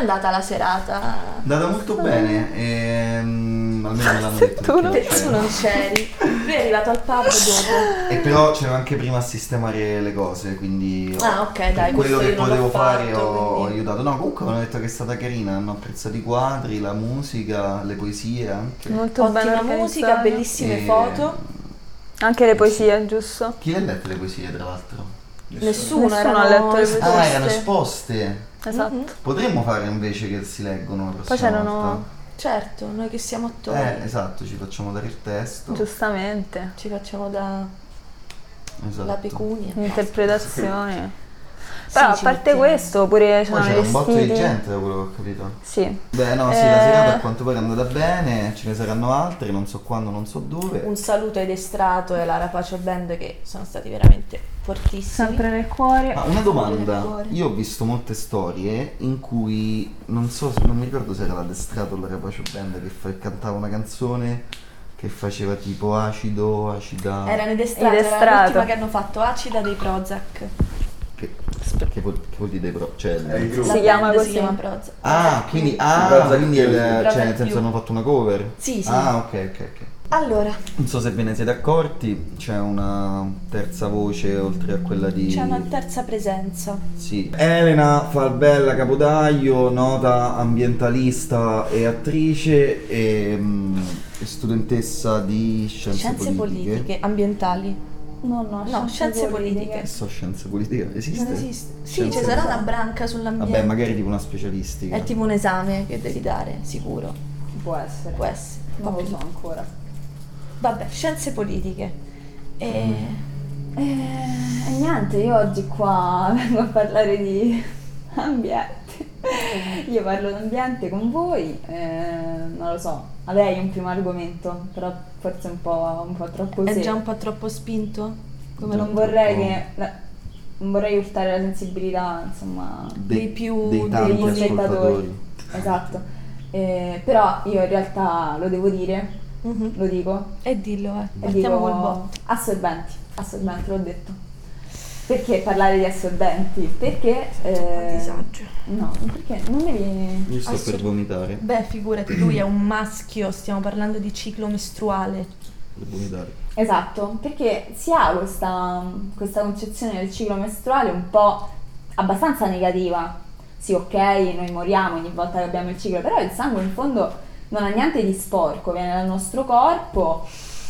andata la serata? È andata molto bene, almeno me l'hanno detto. Perché tu non c'eri? Lui è arrivato al pub dopo. E però c'ero anche prima a sistemare le cose, quindi ok, dai, quello questo che io non potevo l'ho fare fatto, ho quindi. aiutato. No, comunque mi hanno detto che è stata carina, hanno apprezzato i quadri, la musica, le poesie anche. Molto bene Ottima musica, organizzata. bellissime foto. Anche le poesie, giusto? Chi le ha lette le poesie, tra l'altro? Nessuno Nessuno ha letto le esposte. poesie. Ah, erano esposte. Esatto. Potremmo fare invece che si leggono la Poi prossima c'erano, volta. Certo, noi che siamo attori. Esatto, ci facciamo dare il testo. giustamente, Ci facciamo da Esatto. la pecunia. interpretazione. Sì, Però a ci parte mettiamo. questo pure Poi c'erano c'era i un botto di vestiti. gente da quello che ho capito. Sì. Beh no, sì, la serata a quanto pare è andata bene, ce ne saranno altre, non so quando, non so dove. Un saluto ai Destrato e alla Rapace Band che sono stati veramente fortissimi. Sempre nel cuore. Ma una domanda, cuore. io ho visto molte storie in cui, non mi ricordo se era l'Addestrato o la Rapace Band che cantava una canzone che faceva tipo acido, acida... Erano i Destrato, I era Destrato. l'ultima che hanno fatto Acida dei Prozac. Che vuol dire cioè, il gruppo. La Si chiama band così. Si chiama Prozac. quindi, Prozac quindi più. cioè nel più. senso hanno fatto una cover? Sì, sì. Ah, ok. Allora, Non so se ve ne siete accorti, c'è una terza voce oltre a quella di... c'è una terza presenza. Sì. Elena Falbella Capodaglio, nota ambientalista e attrice e studentessa di Scienze politiche, ambientali. No, scienze politiche. Che so, scienze politiche? Esiste? Non esiste. Sì, Scienze ci sarà politiche. una branca sull'ambiente. Vabbè, magari tipo una specialistica. È tipo un esame che devi dare, sicuro. Può essere. Può essere. Non lo so ancora. Vabbè, scienze politiche. E... E niente, io oggi qua vengo a parlare di ambiente. Io parlo d'ambiente con voi, non lo so, avrei un primo argomento, però forse un po' troppo È serio. già un po' troppo spinto? Come Non lo... vorrei urtare la sensibilità, insomma, dei più dei tanti deboli. ascoltatori. Esatto. Però io in realtà lo devo dire, Mhm. lo dico, E dillo, e partiamo dico col botto. assorbenti, l'ho detto. Perché parlare di assorbenti? Perché Disagio. no, perché non devi. Io sto per Assolut- vomitare. Beh, figurati, lui è un maschio, stiamo parlando di ciclo mestruale. Per vomitare. Esatto, perché si ha questa concezione del ciclo mestruale un po' abbastanza negativa. Sì, ok, noi moriamo ogni volta che abbiamo il ciclo, però il sangue in fondo non ha niente di sporco, viene dal nostro corpo,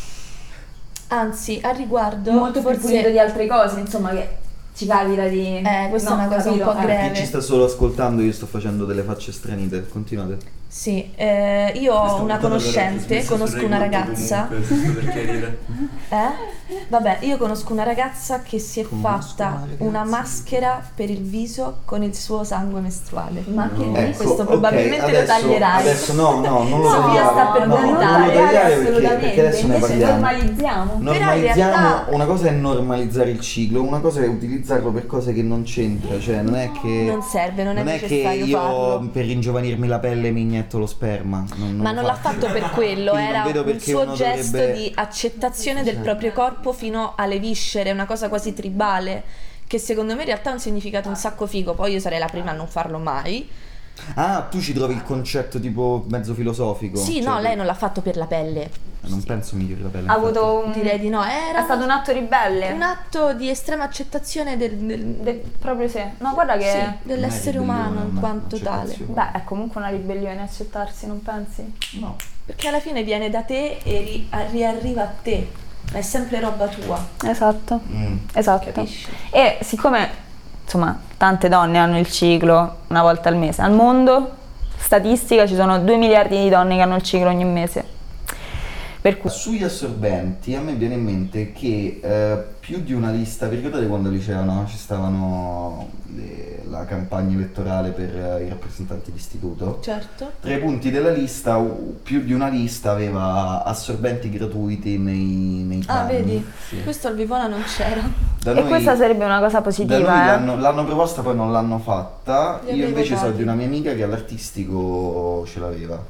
Anzi, a riguardo, molto più pulito forse... di altre cose, insomma, che ci capita di. questa è una cosa un capito? po' greve. Chi ci sta solo ascoltando, io sto facendo delle facce stranite. Continuate. Sì, io ho una conoscente, conosco una ragazza. Per chiarire. Vabbè, io conosco una ragazza che si è Conosco fatta una ragazza. una maschera per il viso con il suo sangue mestruale. Ma che No. dici? Questo ok, probabilmente lo adesso- taglierai. Adesso no, non lo Sofia tagliamo. sta per No, non vomitare, lo tagliare assolutamente. perché adesso ne Invece parliamo. normalizziamo. Però in Normalizziamo, realtà- una cosa è normalizzare il ciclo, una cosa è utilizzarlo per cose che non c'entra, cioè non è che Non serve, non è che necessario io farlo. per ringiovanirmi la pelle mi inietto lo sperma. Ma non l'ha fatto per quello, Quindi non era vedo un perché suo uno gesto dovrebbe- di accettazione del proprio corpo fino alle viscere, una cosa quasi tribale, che secondo me in realtà ha un significato un sacco figo, poi io sarei la prima a non farlo mai. Ah, tu ci trovi il concetto tipo mezzo filosofico? Sì, Cioè, no, lei non l'ha fatto per la pelle. Non penso migliori la pelle. Ha avuto un. Direi di no, era È stato un atto ribelle. un atto di estrema accettazione Proprio sì. No, guarda che. sì, dell'essere Non è umano ribellione, in ma quanto tale. accettazione. Beh, è comunque una ribellione accettarsi, non pensi? No. Perché alla fine viene da te e riarriva a te, ma è sempre roba tua, Esatto. Mm. Esatto. capisci? E siccome, insomma, tante donne hanno il ciclo una volta al mese, al mondo, statistica, ci sono 2 miliardi di donne che hanno il ciclo ogni mese. Per cui. Sugli assorbenti a me viene in mente che più di una lista, vi ricordate quando al liceo no? Ci stavano la campagna elettorale per i rappresentanti d'istituto? Certo. Tra i punti della lista, più di una lista aveva assorbenti gratuiti nei Ah, bagni. vedi? Sì. Questo al Vivona non c'era. Da E noi- questa sarebbe una cosa da positiva, noi l'hanno proposta, poi non l'hanno fatta. Li Io avevo invece so dati. di una mia amica che all'artistico ce l'aveva.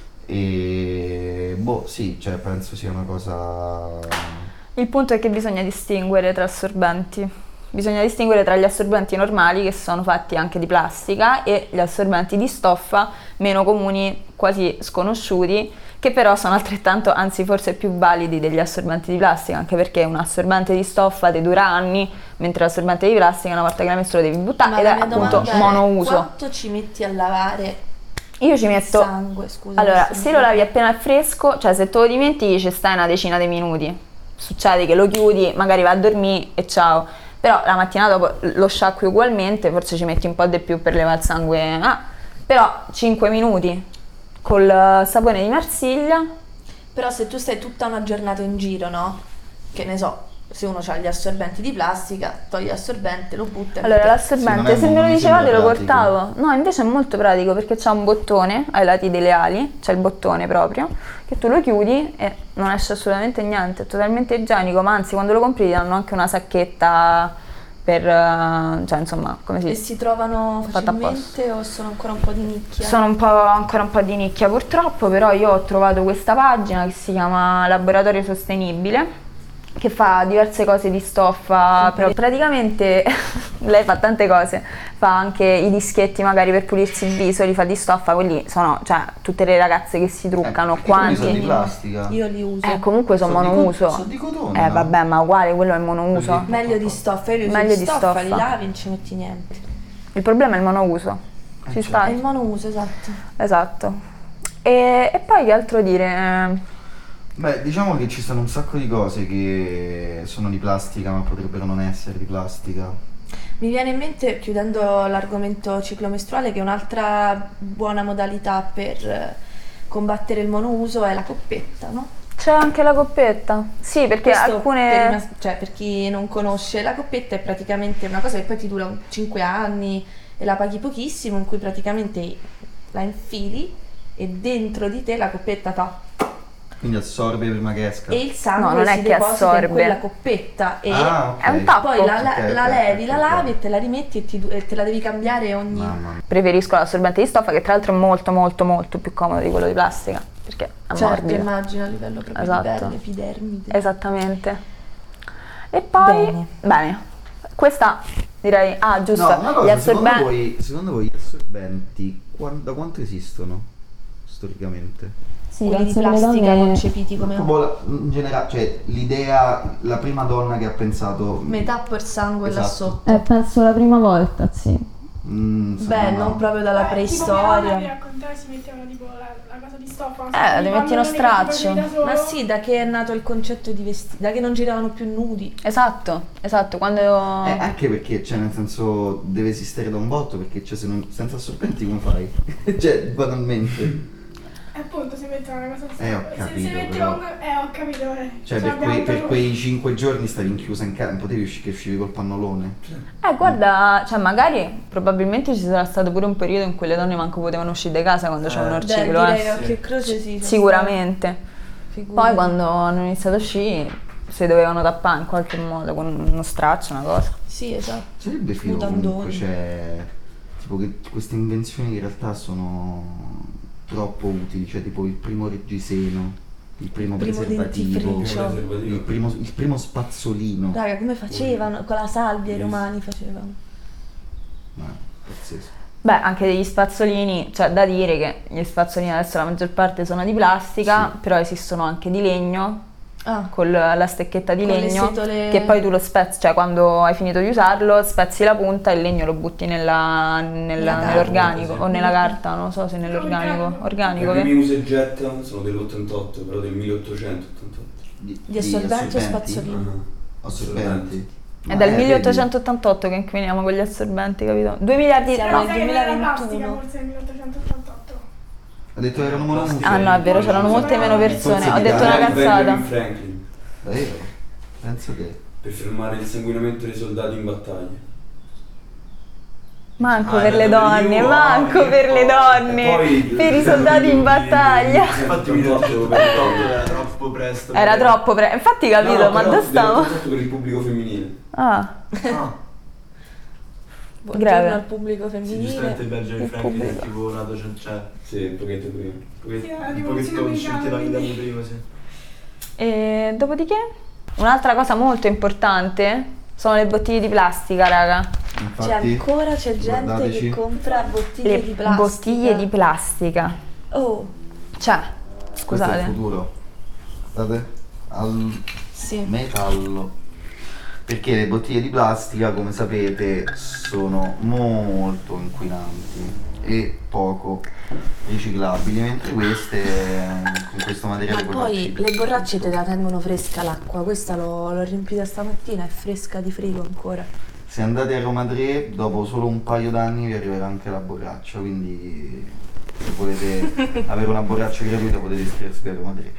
E boh, sì, cioè penso sia una cosa. Il punto è che bisogna distinguere tra assorbenti. bisogna distinguere tra gli assorbenti normali, che sono fatti anche di plastica, e gli assorbenti di stoffa, meno comuni, quasi sconosciuti, che però sono altrettanto, anzi forse più validi degli assorbenti di plastica, anche perché un assorbente di stoffa ti dura anni, mentre l'assorbente di plastica una volta che l'hai messo lo devi buttare, Ma ed la è mia appunto domanda è, monouso. quanto ci metti a lavare Io ci il metto, sangue, scusa? allora, questo se lo lavi appena fresco, cioè se te lo dimentichi ci stai una decina di minuti, succede che lo chiudi, magari vai a dormire e ciao, però la mattina dopo lo sciacqui ugualmente, forse ci metti un po' di più per levare il sangue, però 5 minuti col sapone di Marsiglia. Però se tu stai tutta una giornata in giro, no? Che ne so, se uno ha gli assorbenti di plastica, togli l'assorbente, lo butta e Allora, butta. l'assorbente, Sì, se non me lo mi dicevate sembra lo pratico. portavo. No, invece è molto pratico perché c'ha un bottone ai lati delle ali, c'è il bottone proprio, che tu lo chiudi e non esce assolutamente niente, è totalmente igienico, ma anzi quando lo compri ti danno anche una sacchetta per, cioè insomma, come E si si trovano fatta facilmente o sono ancora un po' di nicchia? Sono ancora un po' di nicchia purtroppo, però io ho trovato questa pagina che si chiama Laboratorio Sostenibile, che fa diverse cose di stoffa, però praticamente lei fa tante cose, fa anche i dischetti magari per pulirsi il viso, li fa di stoffa, quelli sono, cioè, tutte le ragazze che si truccano, quelli sono di quanti? plastica. Io li uso. Comunque sono Sono di monouso. sono di cotone, no? Vabbè, ma uguale, quello è monouso. Così. Meglio di stoffa, io li uso Meglio di di stoffa, stoffa. li lavi e non ci metti niente. Il problema è il monouso. Ci certo. sta? È il monouso, esatto. Esatto. E poi che altro dire? Beh, diciamo che ci sono un sacco di cose che sono di plastica ma potrebbero non essere di plastica. Mi viene in mente, chiudendo l'argomento ciclo mestruale, che un'altra buona modalità per combattere il monouso è la coppetta, no? C'è anche la coppetta. Sì, perché Questo alcune... cioè, per chi non conosce, la coppetta è praticamente una cosa che poi ti dura 5 anni e la paghi pochissimo, in cui praticamente la infili e dentro di te la coppetta Quindi assorbe prima che esca. e il sangue No, non è si che deposita assorbe. in quella coppetta e Ah, ok. È un tappo. poi la Ok, levi, ok, la ok. lavi e te la rimetti e te la devi cambiare ogni... Mamma mia. Preferisco l'assorbente di stoffa, che tra l'altro è molto molto molto più comodo di quello di plastica, perché è Certo, morbido. immagino a livello proprio Esatto. di pelle, epidermide. Esattamente. E poi... Bene. Questa direi... Ah, giusto. No, una Gli cosa, assorbenti... secondo voi gli assorbenti da quanto esistono storicamente? Sì, Quelli di penso che le plastica donne- concepiti come In generale, cioè l'idea, la prima donna che ha pensato... metà per sangue là Esatto. sotto. penso la prima volta, sì. Beh, non proprio dalla Tipo mia nonna mi preistoria. raccontava si mettevano tipo la cosa di stoffa. ti metti uno straccio. Ma sì, da che è nato il concetto di vestiti, da che non giravano più nudi. Esatto, quando... Anche perché, cioè, nel senso, deve esistere da un botto, perché cioè, senza assorbenti come fai? Cioè, banalmente. Appunto si mettono una cosa di Ho stoffa. capito, Se metti però. ho capito. Cioè, per quei 5 giorni stavi inchiusa in casa, non potevi uscire col pannolone. guarda, cioè magari probabilmente ci sarà stato pure un periodo in cui le donne manco potevano uscire di casa quando c'erano il Beh, ciclo, direi che occhio e croce sì. Sicuramente. Figurati. Poi quando hanno iniziato a uscire si dovevano tappare in qualche modo con uno straccio, una cosa. Sì, esatto. Sarebbe figo comunque, Mutandoni. cioè, tipo che queste invenzioni in realtà sono troppo utili, cioè tipo il primo reggiseno, il primo preservativo, dentifricio. il primo spazzolino. Raga, come facevano? Con la salvia i romani facevano. Ma pazzesco. Beh, anche degli spazzolini, cioè da dire che gli spazzolini adesso la maggior parte sono di plastica, Sì. però esistono anche di legno, Ah, con la stecchetta di Con le legno, setole- che poi tu lo spezzi, cioè quando hai finito di usarlo, spezzi la punta e il legno lo butti nell'organico, carta, o nella carta, non so se nell'organico, organico, I che... primi usa e getta sono dell'88, però del 1888. gli assorbenti o spazzolini? Assorbenti. È dal Ma, vedi? 1888 che inquiniamo con gli assorbenti, capito? 2 miliardi... Siamo no. nel 2021. Forse nel 1888. Ha detto erano monouso. Ah no, è vero, c'erano molte meno persone, Forse ho di detto una Benjamin cazzata. Benjamin Franklin, Davvero? Penso che... per fermare l'insanguinamento dei soldati in battaglia. Manco Ah, per le donne, manco per le donne, per i soldati in battaglia. Infatti mi dicevo per era troppo presto. Era troppo infatti capito, No, ma però dove stavo? dell'88 per il pubblico femminile. Ah, Ah, Buongiorno grave. al pubblico sì, giustamente femminile. Benjamin Il Franklin è pubblico. tipo nato c'è Sì, un pochetto prima. Sì, la un rivoluzione pochetto usciti americana, da quindi- prima, sì. E dopodiché un'altra cosa molto importante Sono le bottiglie di plastica, raga. Infatti, c'è gente guardateci. che compra bottiglie Le di plastica. bottiglie di plastica. Oh, Cioè, Questo è il scusate. futuro. Guardate, al sì. metallo. Perché le bottiglie di plastica, come sapete, sono molto inquinanti e poco riciclabili, mentre queste con questo materiale Ma poi le borracce te la tengono fresca l'acqua, questa l'ho riempita stamattina, è fresca di frigo ancora. Se andate a Roma 3, dopo solo un paio d'anni vi arriverà anche la borraccia, quindi se volete avere una borraccia gratuita potete iscrivervi a Roma 3.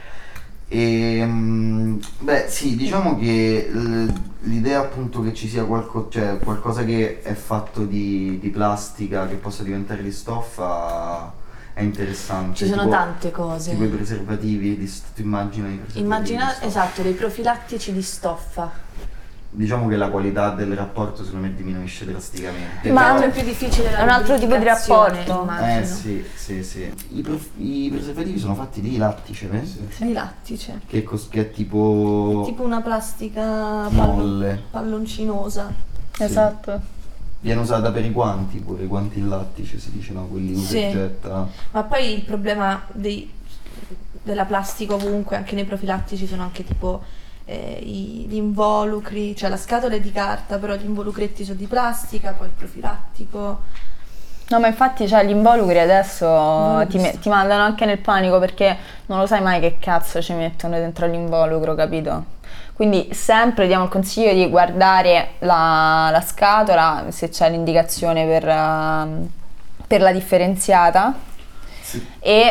Beh sì, diciamo che l'idea appunto che ci sia qualcosa che è fatto di plastica che possa diventare di stoffa è interessante. Ci sono tipo, tante cose. tipo i preservativi, tu immagina i preservativi Immagina, di stoffa. esatto, dei profilattici di stoffa. Diciamo che la qualità del rapporto secondo me diminuisce drasticamente. Ma Però è più difficile la è un altro tipo di lubrificazione, rapporto. immagino. Sì. I preservativi sono fatti di lattice, Di lattice. che è tipo Tipo una plastica molle. palloncinosa. Esatto. Viene usata per i guanti, pure i guanti in lattice si dice, no? Quelli usa e Sì. getta. Ma poi il problema della plastica ovunque, anche nei profilattici, sono anche tipo gli involucri, cioè la scatola è di carta, però gli involucretti sono di plastica, poi il profilattico. No, ma infatti cioè, gli involucri adesso l'ho ti visto. ti mandano anche nel panico perché non lo sai mai che cazzo ci mettono dentro l'involucro, capito? Quindi sempre diamo il consiglio di guardare la scatola se c'è l'indicazione per la differenziata Sì.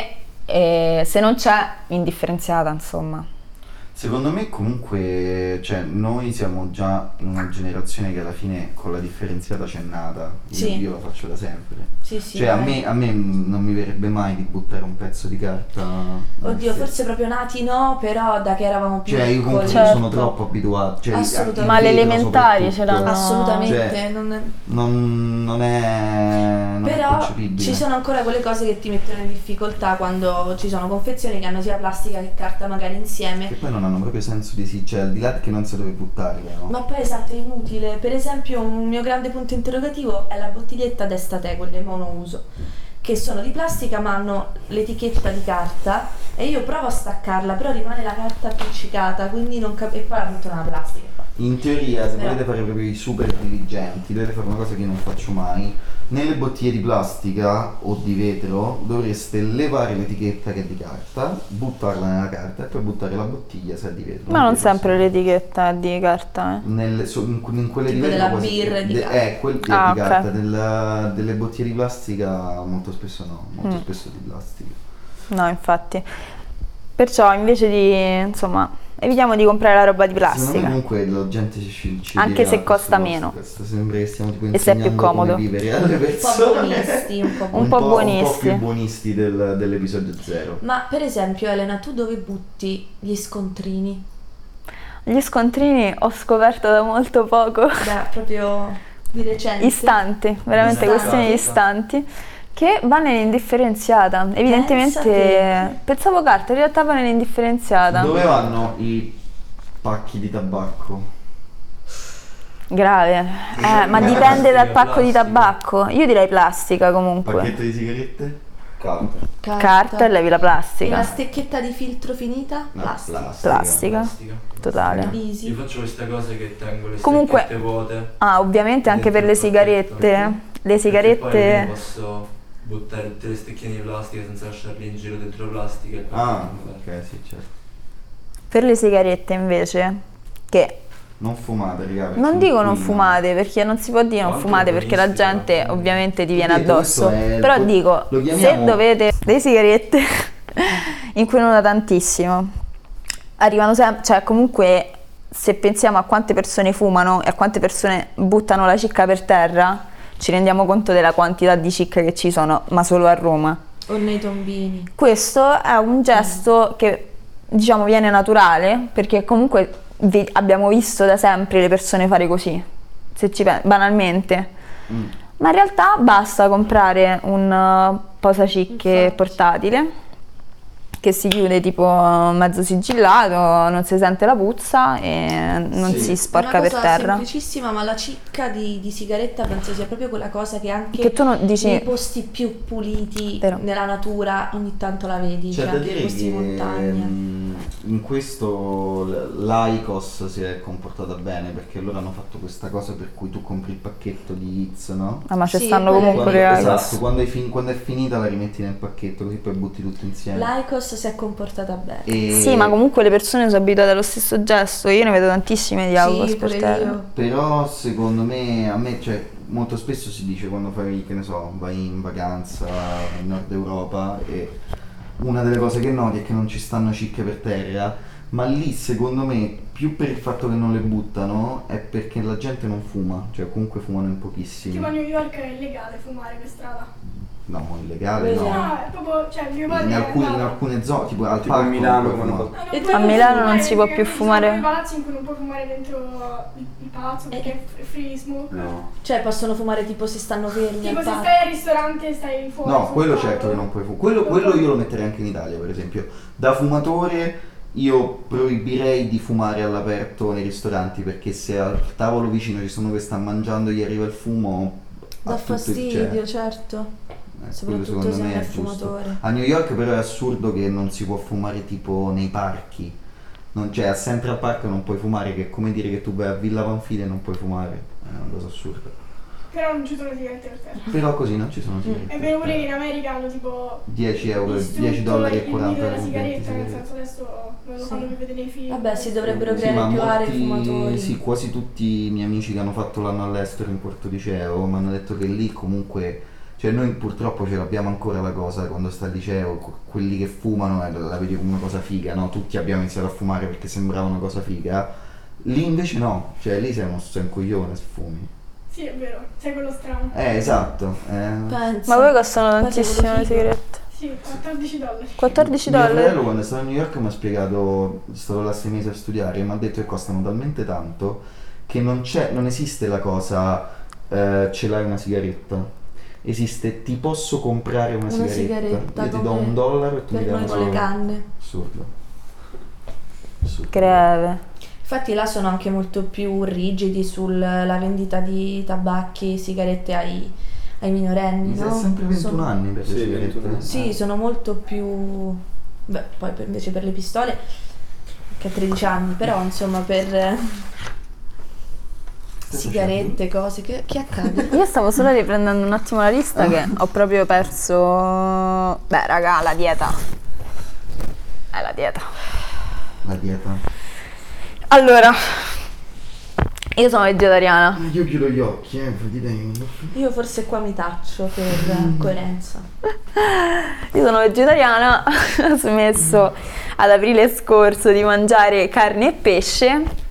e se non c'è indifferenziata, insomma. Secondo me comunque, cioè, noi siamo già in una generazione che alla fine con la differenziata c'è nata. Sì. Io la faccio da sempre. Sì, Cioè a dai. me non mi verrebbe mai di buttare un pezzo di carta. Oddio, forse proprio nati no, però da che eravamo più Cioè io comunque piccoli. Certo. sono troppo abituato. Cioè, Assolutamente. il Ma le vetro elementari ce soprattutto. l'hanno. Assolutamente, Cioè, non Non è però concepibile. ci sono ancora quelle cose che ti mettono in difficoltà quando ci sono confezioni che hanno sia plastica che carta magari insieme. Che poi non hanno proprio senso di sì, cioè al di là che non sa dove buttarle, no? Ma poi esatto, è inutile. Per esempio un mio grande punto interrogativo è la bottiglietta d'estate, quelle monouso, che sono di plastica ma hanno l'etichetta di carta e io provo a staccarla, però rimane la carta appiccicata, quindi non capisco. E poi la mettono nella plastica. In teoria, se Però- volete fare proprio i super diligenti, dovete fare una cosa che io non faccio mai. Nelle bottiglie di plastica o di vetro dovreste levare l'etichetta che è di carta, buttarla nella carta e poi buttare la bottiglia se è di vetro. Ma non Vetro, sempre sì. l'etichetta è di carta, eh. In quelle Tipo di vetro della quasi- birra è di carta. quelle di Ah, ok. carta, delle bottiglie di plastica molto spesso no, molto spesso di plastica. No, infatti. Perciò invece di, insomma, evitiamo di comprare la roba di Secondo me plastica. comunque la gente ci Anche dirà se costa questo meno. podcast, sembra che stiamo tipo E se è più insegnando come comodo. vivere alle Un po' persone. buonisti, un po' Un buonisti. po' Un po' buonisti. più buonisti dell'episodio 0. Ma per esempio Elena, tu dove butti gli scontrini? Gli scontrini ho scoperto da molto poco. Beh, proprio di recente. Istanti, veramente Istanti. questioni di istanti. Che va nell'indifferenziata. Evidentemente Pensate. pensavo carta, in realtà va nell'indifferenziata. Dove vanno i pacchi di tabacco? Grave. Ma dipende Plastica, dal pacco di plastica. tabacco. Io direi plastica comunque. Pacchetto di sigarette? Carta. Carta e levi la E la plastica. stecchetta di filtro finita? No, Plastica. Plastica. Plastica. Totale. Io Easy. faccio questa cosa che tengo le Comunque- stecchette vuote. Ah, ovviamente anche per le dentro il pacchetto. sigarette. Le Perché poi sigarette. almeno posso buttare tutte le stecchine di plastica senza lasciarle in giro dentro la plastica. e poi Ah, buttare. ok, sì, certo. Per le sigarette invece, che Non fumate, raga. perché non dico non inquina. fumate, perché non si può dire non Quanto fumate perché la buonistica. gente ovviamente ti viene Detto addosso. questo è- Però dico, lo se chiamiamo- dovete le sigarette inquinano tantissimo. Arrivano sempre, cioè comunque se pensiamo a quante persone fumano e a quante persone buttano la cicca per terra, ci rendiamo conto della quantità di cicche che ci sono, ma solo a Roma. O nei tombini. Questo è un gesto che diciamo viene naturale perché comunque abbiamo visto da sempre le persone fare così, se ci banalmente. Mm. Ma in realtà basta comprare un posacicche Infatti. portatile che si chiude tipo mezzo sigillato, non si sente la puzza e non Sì. si sporca Una per cosa terra. semplicissima, ma la cicca di sigaretta penso sia proprio quella cosa che anche Che tu non dici- nei posti più puliti Vero. nella natura ogni tanto la vedi, C'è cioè da anche dire nei posti che di montagna. in questo l'Aicos si è comportata bene, perché loro hanno fatto questa cosa per cui tu compri il pacchetto di Hits, no? Ah, ma ci Sì, stanno quella comunque è- le Esatto, Icos. quando è finita la rimetti nel pacchetto, così poi butti tutto insieme. L'Aicos si è comportata bene. E- Sì, ma comunque le persone sono abituate allo stesso gesto. Io ne vedo tantissime di Icos Sì, per pure terra. io. Però secondo me, a me, cioè, molto spesso si dice quando fai, che ne so, vai in vacanza in Nord Europa e una delle cose che noti è che non ci stanno cicche per terra, ma lì secondo me più per il fatto che non le buttano è perché la gente non fuma, cioè comunque fumano in pochissimi. Tipo a New York è illegale fumare per strada. No, illegale Vedi? no. No, è proprio, cioè mio padre In è andato. alcune zone, tipo al Tipo a parco, Milano, puoi quando fumare. No, non E puoi a Milano non si può perché più ci sono fumare. quei palazzi in cui non puoi fumare dentro il palazzo perché è free smoke. No. Cioè possono fumare tipo se stanno fermi Tipo al se parco. stai al ristorante e stai fuori. No, sul quello tavolo. certo che non puoi fumare. Quello io lo metterei anche in Italia, per esempio. Da fumatore io proibirei di fumare all'aperto nei ristoranti, perché se al tavolo vicino ci sono che stanno mangiando, gli arriva il fumo, Dà ha tutto il- fastidio, cioè, certo. quello Soprattutto secondo se me non è è giusto. fumatore. A New York però è assurdo che non si può fumare tipo nei parchi. Non c'è, a Central Park non puoi fumare, che è come dire che tu vai a Villa Pamphile e non puoi fumare. È una cosa assurda. Però non ci sono sigarette per terra. Però così non ci sono sigarette. È vero pure che in America hanno tipo 10 euro, distrutto 10 dollari e il 40 mito della per 20 sigaretta, nel sigarette. senso adesso me lo Sì. fanno più vedere nei film. Vabbè, si dovrebbero Sì, creare ma più aree molti- fumatori. Sì, quasi tutti i miei amici che hanno fatto l'anno all'estero in Porto Liceo mi hanno detto che lì comunque, cioè noi purtroppo ce l'abbiamo ancora la cosa quando sta al liceo, quelli che fumano la vedi come una cosa figa, no? Tutti abbiamo iniziato a fumare perché sembrava una cosa figa. Lì invece no, cioè lì sei un coglione se fumi. Sì, è vero, sei quello strano. Esatto. Pensa. Ma poi costano Poi tantissimo quello le figo. sigarette. Sì, 14 dollari. 14 Mio dollari. fratello quando è stato a New York mi ha spiegato, è stato là 6 mesi a studiare, e mi ha detto che costano talmente tanto che non esiste la cosa ce l'hai una sigaretta. Esiste ti posso comprare una sigaretta. Io ti do come $1 e tu mi per dai noi una con le sola. canne. Assurdo. Assurdo. Greve. Infatti là sono anche molto più rigidi sulla vendita di tabacchi, sigarette ai minorenni, Mi sa no? sempre 21 Sono- anni per le Sì, sigarette. 21 anni. Sì, sono molto più... Beh, poi invece per le pistole, che a 13 anni, però insomma per sigarette, cose, che accade? Io stavo solo riprendendo un attimo la lista che ho proprio perso. Beh, raga, la dieta. È la dieta. La dieta. Allora, io sono vegetariana. Io chiudo gli occhi, ti tengo. Io forse qua mi taccio per coerenza. Io sono vegetariana, ho smesso ad aprile scorso di mangiare carne e pesce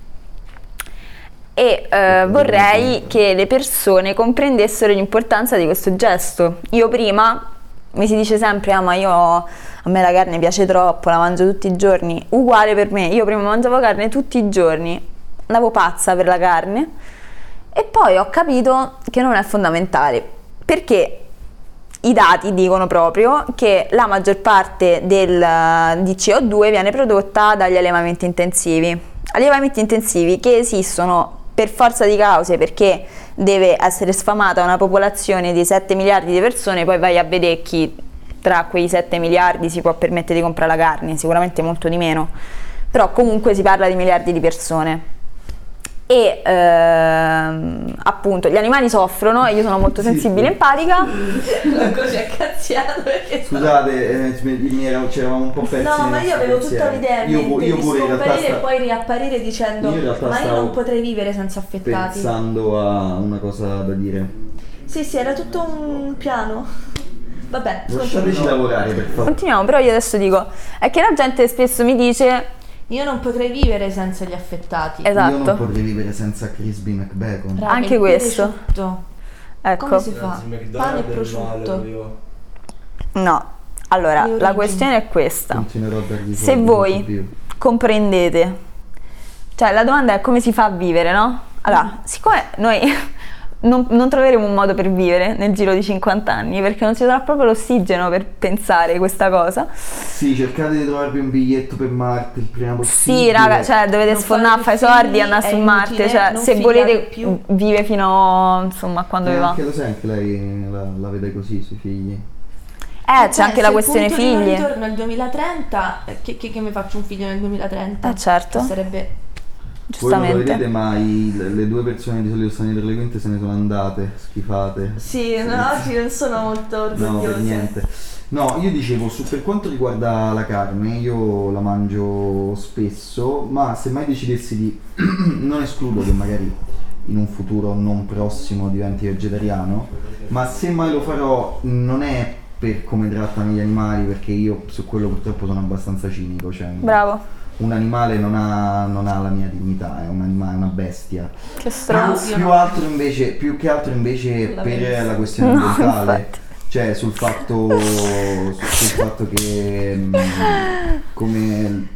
e vorrei che le persone comprendessero l'importanza di questo gesto. Io prima mi si dice sempre, ah ma a me la carne piace troppo, la mangio tutti i giorni. Uguale per me, io prima mangiavo carne tutti i giorni, andavo pazza per la carne e poi ho capito che non è fondamentale, perché i dati dicono proprio che la maggior parte di CO2 viene prodotta dagli allevamenti intensivi. Allevamenti intensivi che esistono per forza di cause, perché deve essere sfamata una popolazione di 7 miliardi di persone, poi vai a vedere chi tra quei 7 miliardi si può permettere di comprare la carne, sicuramente molto di meno, però comunque si parla di miliardi di persone. E appunto gli animali soffrono e io sono molto sensibile e empatica. Così è cazziato perché... Scusate, c'eravamo un po' persi. No, ma io avevo tutta pensiero. l'idea in Io mente io di pure in realtà scomparire e poi riapparire dicendo Io in realtà ma io stavo non potrei vivere senza affettati. pensando a una cosa da dire. Sì, era tutto un piano. Vabbè, Lasciateci lavorare per favore. Continuiamo, però io adesso dico, è che la gente spesso mi dice, io non potrei vivere senza gli affettati. Io non esatto, potrei vivere senza Crispy McBacon. Raga, anche il questo. prosciutto. ecco, Come si fa? Grazie, Pane e McDonald's è prosciutto. male, io. no, allora, Le la origini. questione è questa. Continuerò a dargli Se soldi voi molto più. comprendete, cioè la domanda è come si fa a vivere, no? Allora, siccome noi non troveremo un modo per vivere nel giro di 50 anni, perché non ci sarà proprio l'ossigeno per pensare questa cosa. Sì, cercate di trovarvi un biglietto per Marte il prima possibile. Sì, raga, cioè dovete Non sfondare a fare fare soldi figli, e andare è su Marte, inutile, cioè non se figliare volete più. vive fino insomma a quando vi va. Anche lo sai anche lei la vede così sui figli. C'è anche la questione figli. Se il punto di non ritorno è il 2030, che mi faccio un figlio nel 2030? Certo, Sarebbe... Voi non lo giustamente. vedete, ma le due persone di solito stanno dietro le quinte se ne sono andate, schifate. Sì, no, oggi non sono molto No, orgogliosa. per niente. No, io dicevo, per quanto riguarda la carne, io la mangio spesso, ma se mai decidessi di... non escludo che magari in un futuro non prossimo diventi vegetariano, ma se mai lo farò non è per come trattano gli animali, perché io su quello purtroppo sono abbastanza cinico, cioè Bravo, un animale non ha la mia dignità, è un animale, è una bestia. che stronzo. Più che altro invece La per bestia. la questione No, ambientale, infatti. cioè sul fatto che come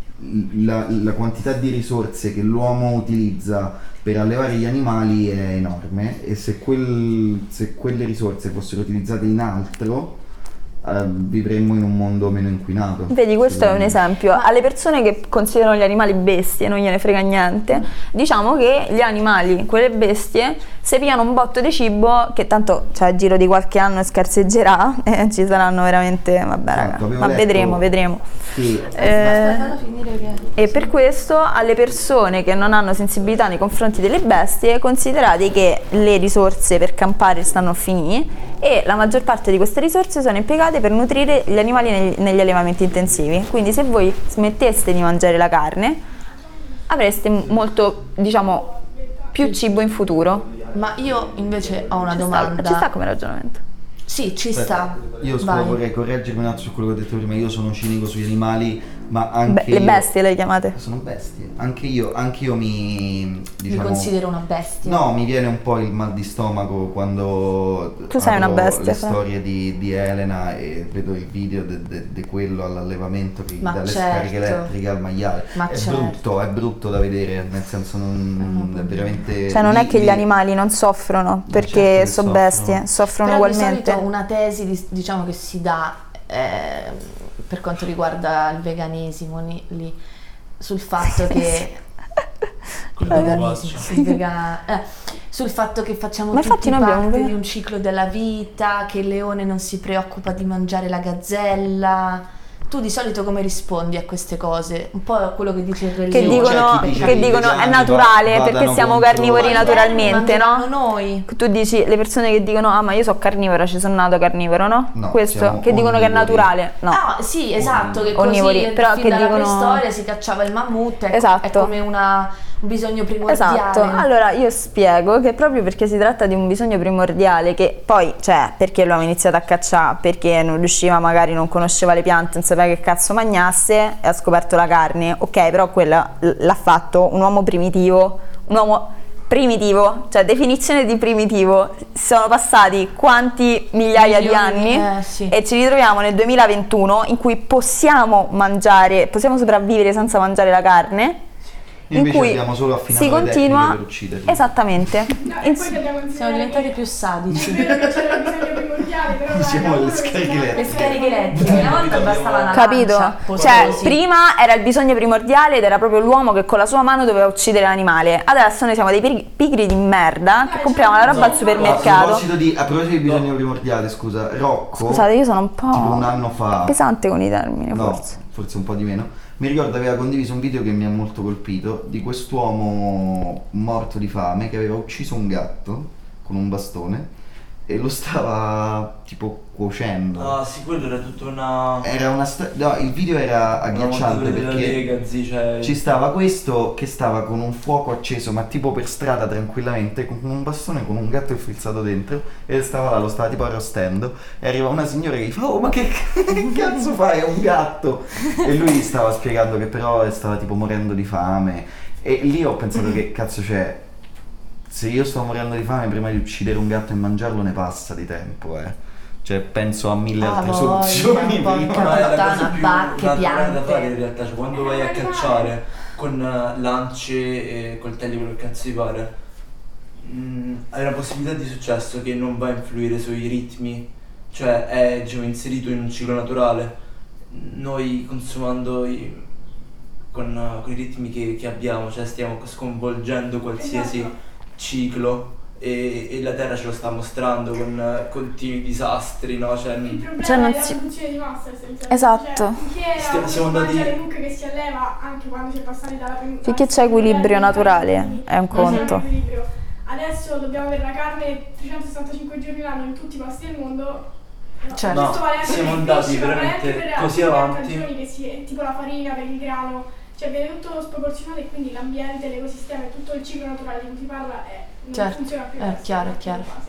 la quantità di risorse che l'uomo utilizza per allevare gli animali è enorme, e se quelle risorse fossero utilizzate in altro vivremmo in un mondo meno inquinato. Vedi, questo è un Secondo me. esempio. Alle persone che considerano gli animali bestie e non gliene frega niente, diciamo che gli animali, quelle bestie, se pigliano un botto di cibo, che tanto cioè, a giro di qualche anno scarseggerà, ci saranno veramente, vabbè raga, Esatto, avevo ma letto vedremo. Sì. Aspetta, finire che... E per questo alle persone che non hanno sensibilità nei confronti delle bestie, considerate che le risorse per campare stanno a finire e la maggior parte di queste risorse sono impiegate per nutrire gli animali negli allevamenti intensivi. Quindi se voi smetteste di mangiare la carne, avreste molto, diciamo, più cibo in futuro. Ma io invece ho una Ci sta domanda. come ragionamento. Sì, ci sta. Io Vai. vorrei correggermi un attimo su quello che ho detto prima. Io sono cinico sugli animali, ma anche Le io- bestie le chiamate? sono bestie. Anche io mi Mi considero una bestia. No, mi viene un po' il mal di stomaco quando Tu sei una apro bestia, le Fra. storie di Elena e vedo il video di quello all'allevamento che Ma dalle certo. scariche elettriche al maiale. Ma è certo. brutto da vedere, nel senso è veramente. Cioè non è che gli lì- animali non soffrono perché certo che sono soffrono. bestie, soffrono Però di ugualmente. solito una tesi diciamo che si dà per quanto riguarda il veganesimo lì, sul fatto che il veganesimo, sul fatto che facciamo Ma infatti tutti noi abbiamo parte un- di un ciclo della vita, che il leone non si preoccupa di mangiare la gazzella. Tu di solito come rispondi a queste cose? Un po' quello che dice il Re Che Leone. dicono, C'è chi dice che i dicono è vegani naturale vadano perché siamo contro- carnivori I naturalmente, vegani no? mangeranno noi. Tu dici le persone che dicono ah ma io sono carnivora, ci sono nato carnivoro, no? No, Questo siamo che dicono che è onnivori. naturale, no. Ah, sì, esatto, che Onnivori, così però fin che dalla dicono- preistoria si cacciava il mammut, è Esatto. come un bisogno primordiale. Esatto, allora io spiego che proprio perché si tratta di un bisogno primordiale che poi, cioè, perché l'uomo ha iniziato a cacciare, perché non riusciva, magari non conosceva le piante, non sapeva che cazzo mangiasse e ha scoperto la carne, ok, però quella l'ha fatto un uomo primitivo, cioè definizione di primitivo, sono passati quanti migliaia di Milioni, anni sì. e ci ritroviamo nel 2021 in cui possiamo sopravvivere senza mangiare la carne. Invece in cui abbiamo solo affinato si le continua tecniche per ucciderli. esattamente. No, e poi dobbiamo Siamo insegnare diventati che più è sadici. vero che c'era il bisogno primordiale, però dai, Siamo no, le quello che scariche si chiama- Le scariche elettriche, una volta bastava una Capito? lancia, Cioè, così. prima era il bisogno primordiale ed era proprio l'uomo che con la sua mano doveva uccidere l'animale. Adesso noi siamo dei pigri di merda che compriamo la roba al A supermercato. proposito di bisogno primordiale, scusa, Rocco, Scusate, io sono un po' tipo un anno fa, pesante con i termini, no, forse. un po' di meno, mi ricordo aveva condiviso un video che mi ha molto colpito di quest'uomo morto di fame che aveva ucciso un gatto con un bastone e lo stava tipo cuocendo. Ah sì, quello era tutta una... Era no, il video era agghiacciante della perché Lega, sì, cioè... ci stava questo che stava con un fuoco acceso, ma tipo per strada tranquillamente, con un bastone con un gatto infilzato dentro, e stava là, lo stava tipo arrostendo, e arriva una signora che gli fa: "Oh, ma che cazzo fai? È un gatto!" E lui stava spiegando che però stava tipo morendo di fame, e lì ho pensato che cazzo c'è. Se io sto morendo di fame, prima di uccidere un gatto e mangiarlo ne passa di tempo, Cioè penso a mille altre voglia, soluzioni un po' prima. Ma è la Puttana, cosa più bacche, naturale da piante. fare in realtà, cioè quando vai a cacciare con lance e coltelli, quello che cazzo ti pare, hai una possibilità di successo che non va a influire sui ritmi, cioè è diciamo inserito in un ciclo naturale. Noi consumando con i ritmi che abbiamo, cioè stiamo sconvolgendo qualsiasi Esatto. ciclo e la Terra ce lo sta mostrando con continui disastri, no? Cioè, Il problema Cioè, non è la si- produzione di massa essenzialmente. Esatto. Cioè, finché era Siamo una andati- le mucche che si alleva anche quando si è passati dalla Finché c'è equilibrio naturale, è un conto. Adesso dobbiamo avere la carne 365 giorni l'anno in tutti i posti del mondo. Certo. No, Questo vale anche siamo per il andati pesce, ma vale veramente anche per così altre avanti. piantagioni che tipo la farina per il grano, cioè viene tutto sproporzionato e quindi l'ambiente, l'ecosistema e tutto il ciclo naturale di cui si parla non Certo, funziona più. è adesso, chiaro, è in chiaro. fase.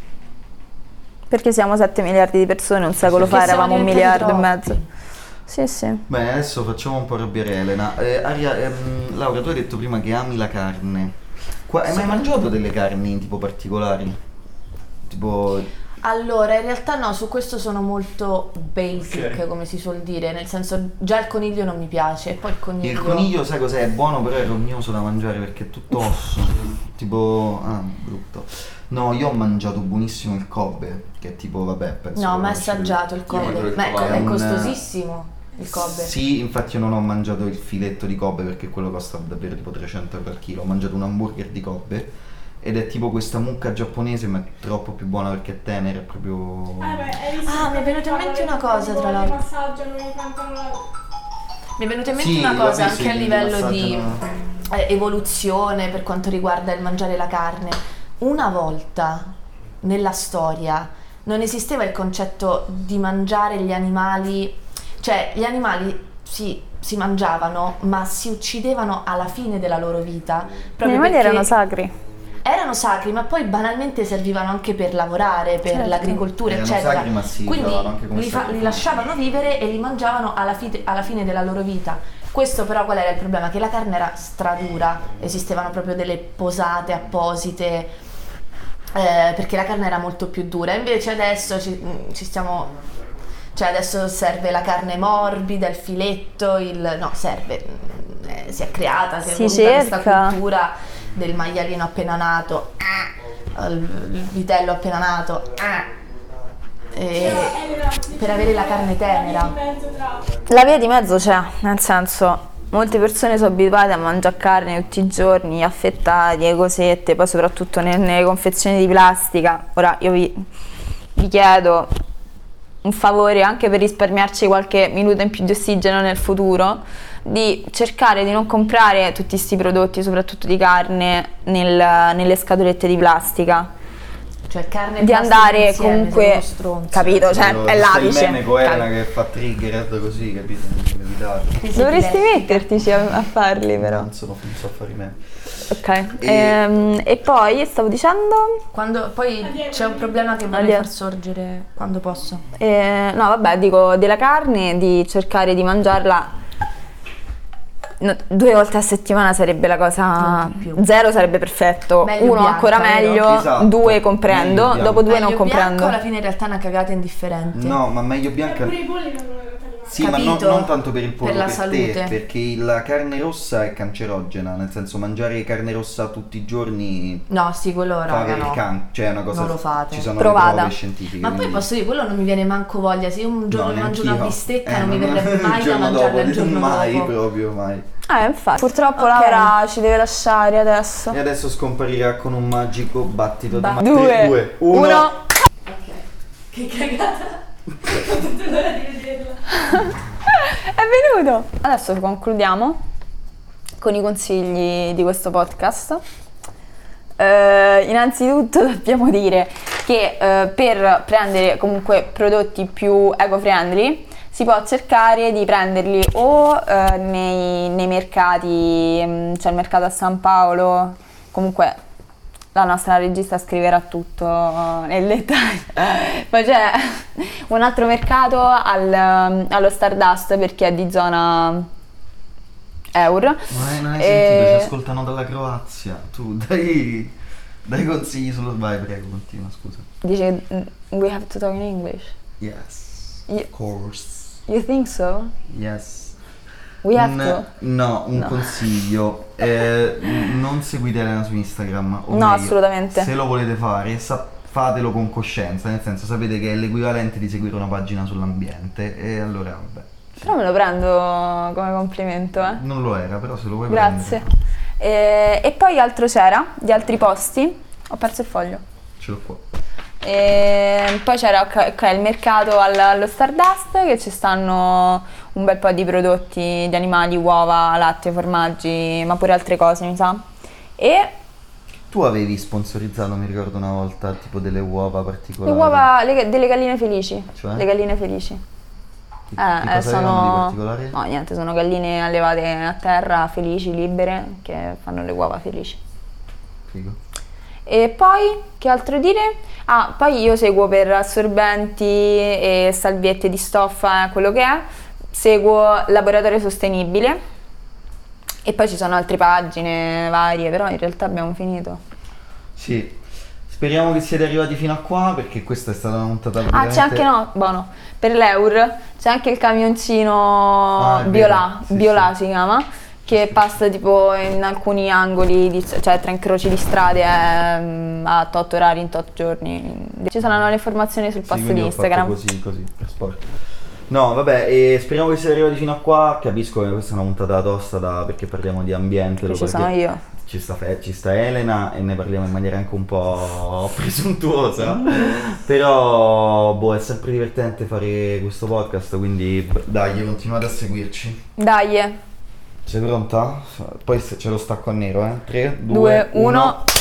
Perché siamo 7 miliardi di persone, un secolo Perché fa siamo eravamo 1 diventati miliardo e troppi. mezzo. Sì, sì. Bene, adesso facciamo un po' arrabbiare Elena. Laura, tu hai detto prima che ami la carne. Hai mai mangiato delle carni tipo particolari? Tipo... Allora, in realtà no, su questo sono molto basic, Ok. come si suol dire, nel senso già il coniglio non mi piace, e poi il coniglio... Il coniglio sai cos'è? È buono però è rognoso da mangiare perché è tutto osso. Tipo... ah, brutto. No, io ho mangiato buonissimo il Kobe, che è tipo, vabbè, penso... No, che ma è conosci. assaggiato il mangio Kobe, il ma cavallo. è un- costosissimo il Kobe. Sì, infatti io non ho mangiato il filetto di Kobe perché quello costa davvero tipo 300 euro al chilo. Ho mangiato un hamburger di Kobe ed è tipo questa mucca giapponese ma è troppo più buona perché è tenera, è proprio... Beh, hai visto Ah, mi è venuta in mente una cosa, tra l'altro. Che massaggiano e cantano Mi è venuta in mente Sì, una l'ho cosa visto anche a che livello di massaggiano. evoluzione per quanto riguarda il mangiare la carne. Una volta nella storia non esisteva il concetto di mangiare gli animali, cioè gli animali si mangiavano ma si uccidevano alla fine della loro vita. Gli proprio animali perché erano sacri. erano sacri, ma poi banalmente servivano anche per lavorare, per Certo. l'agricoltura, Erano eccetera. sacri, ma si Quindi usavano anche come li sacrificio. lasciavano vivere e li mangiavano alla fine della loro vita. Questo però qual era il problema? Che la carne era stradura, esistevano proprio delle posate apposite, perché la carne era molto più dura. Invece adesso ci stiamo... Cioè adesso serve la carne morbida, il filetto, no, serve, si è creata, si è Si evoluta questa cerca. cultura del maialino appena nato, il vitello appena nato, per avere la carne tenera. La via di mezzo c'è, nel senso, molte persone sono abituate a mangiare carne tutti i giorni, affettati, le cosette, poi soprattutto nelle confezioni di plastica. Ora io vi chiedo un favore, anche per risparmiarci qualche minuto in più di ossigeno nel futuro, di cercare di non comprare tutti questi prodotti, soprattutto di carne, nelle scatolette di plastica. Cioè carne e Di plastica andare insieme, comunque, sono stronzi. capito? Cioè Quello- è il l'apice. meme con Elena Capi- che fa triggered così, capito? Evitare. Che si Dovresti dimentica. mettertici a farli però. Non so fare i meme. Ok. E- E poi stavo dicendo. Poi c'è un problema che vorrei Addio. far sorgere quando posso. No, vabbè, dico della carne, di cercare di mangiarla 2 volte a settimana sarebbe la cosa. Non di più. 0 sarebbe perfetto, Meglio 1 bianca, ancora vero? meglio, Esatto. 2 comprendo, Meglio dopo 2 non Aglio comprendo. bianco alla fine in realtà è una cagata indifferente. No, ma meglio bianca... Pure i polli vengono da animali. Sì, ma Capito? non tanto per il pollo, Per la te, salute. perché la carne rossa è cancerogena, nel senso mangiare carne rossa tutti i giorni No, sì, quello fa raga avere il no. cancro, cioè è una cosa... Non lo fate. Ci sono Provata. le prove scientifiche. Ma poi quindi- posso dire, quello non mi viene manco voglia. Se io un giorno No, mangio una neanch'io. bistecca non mi verrebbe mai il da giorno mangiarla il dopo, giorno mai, dopo. proprio mai. Infatti. Purtroppo Ok. Laura ci deve lasciare adesso. E adesso scomparirà con un magico battito da 2, 1. Che cagata. È venuto! Adesso concludiamo con i consigli di questo podcast. Innanzitutto dobbiamo dire che per prendere comunque prodotti più eco-friendly si può cercare di prenderli o nei mercati, c'è il mercato a San Paolo, comunque la nostra regista scriverà tutto nel dettaglio. Poi c'è un altro mercato allo Stardust per chi è di zona Eur. Ma non hai E- sentito, ci ascoltano dalla Croazia. Tu dai consigli sullo... Vai, prego, continua, scusa. Dice we have to talk in English. Yes, You- of course. You think so? Yes. We have to? Un consiglio. Non seguite Elena su Instagram. O No, meglio, assolutamente. Se lo volete fare, fatelo con coscienza, nel senso sapete che è l'equivalente di seguire una pagina sull'ambiente. E allora, vabbè. Però me lo prendo come complimento, eh. Non lo era, però se lo vuoi Grazie. prendere. E poi altro c'era, di altri posti? Ho perso il foglio. Ce l'ho qua. E poi c'era il mercato allo Stardust, che ci stanno un bel po' di prodotti di animali, uova, latte, formaggi, ma pure altre cose, mi sa. E Tu avevi sponsorizzato, mi ricordo una volta, tipo delle uova le particolari. uova delle galline felici. Cioè? Le galline felici. Che cosa avevano di particolare? No, niente, sono galline allevate a terra, felici, libere, che fanno le uova felici. Figo. E poi, che altro dire? Ah, poi io seguo per assorbenti e salviette di stoffa, quello che è, seguo Laboratorio Sostenibile e poi ci sono altre pagine varie, però in realtà abbiamo finito. Sì. Speriamo che siete arrivati fino a qua, perché questa è stata una puntata Ah, praticamente... c'è anche per l'Eur c'è anche il camioncino è vero, Biola, sì, Biola sì. si chiama, che passa tipo in alcuni angoli, cioè tra incroci di strade a tot orari in tot giorni. Ci saranno le informazioni sul Sì, post quindi di ho fatto Instagram. così, per sport. No, vabbè, e speriamo che siete arrivati fino a qua. Capisco che questa è una puntata tosta perché parliamo di ambiente. Che ci sono io. Ci sta Elena e ne parliamo in maniera anche un po' presuntuosa. Però, boh, è sempre divertente fare questo podcast, quindi dai, continuate a seguirci. Dai, Sei pronta? Poi ce lo stacco a nero, 3, 2, 2, 1. 1.